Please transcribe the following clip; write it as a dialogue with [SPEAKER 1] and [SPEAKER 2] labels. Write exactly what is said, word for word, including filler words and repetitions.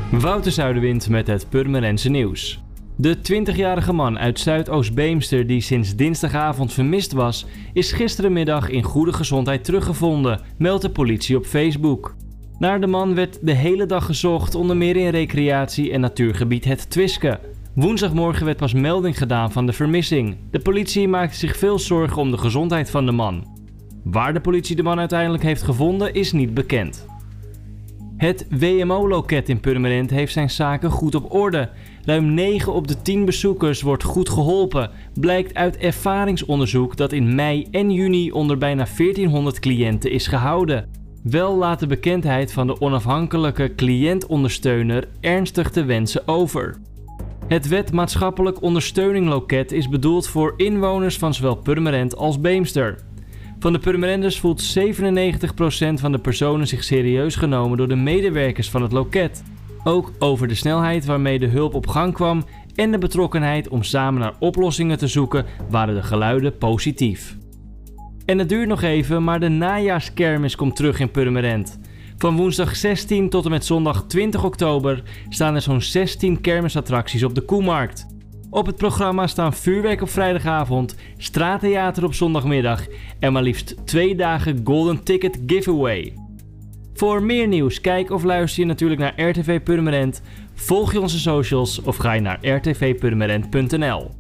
[SPEAKER 1] Wouter Zuiderwind met het Purmerendse nieuws. De twintigjarige man uit Zuidoost-Beemster die sinds dinsdagavond vermist was, is gisterenmiddag in goede gezondheid teruggevonden, meldt de politie op Facebook. Naar de man werd de hele dag gezocht, onder meer in recreatie- en natuurgebied Het Twiske. Woensdagmorgen werd pas melding gedaan van de vermissing. De politie maakte zich veel zorgen om de gezondheid van de man. Waar de politie de man uiteindelijk heeft gevonden is niet bekend. Het W M O-loket in Purmerend heeft zijn zaken goed op orde. Ruim negen op de tien bezoekers wordt goed geholpen, blijkt uit ervaringsonderzoek dat in mei en juni onder bijna veertienhonderd cliënten is gehouden. Wel laat de bekendheid van de onafhankelijke cliëntondersteuner ernstig te wensen over. Het Wet Maatschappelijk Ondersteuning loket is bedoeld voor inwoners van zowel Purmerend als Beemster. Van de Purmerenders voelt zevenennegentig procent van de personen zich serieus genomen door de medewerkers van het loket. Ook over de snelheid waarmee de hulp op gang kwam en de betrokkenheid om samen naar oplossingen te zoeken waren de geluiden positief. En het duurt nog even, maar de najaarskermis komt terug in Purmerend. Van woensdag zestien tot en met zondag twintig oktober staan er zo'n zestien kermisattracties op de Koemarkt. Op het programma staan vuurwerk op vrijdagavond, straattheater op zondagmiddag en maar liefst twee dagen Golden Ticket Giveaway. Voor meer nieuws, kijk of luister je natuurlijk naar R T V Purmerend, volg je onze socials of ga je naar r t v purmerend punt n l.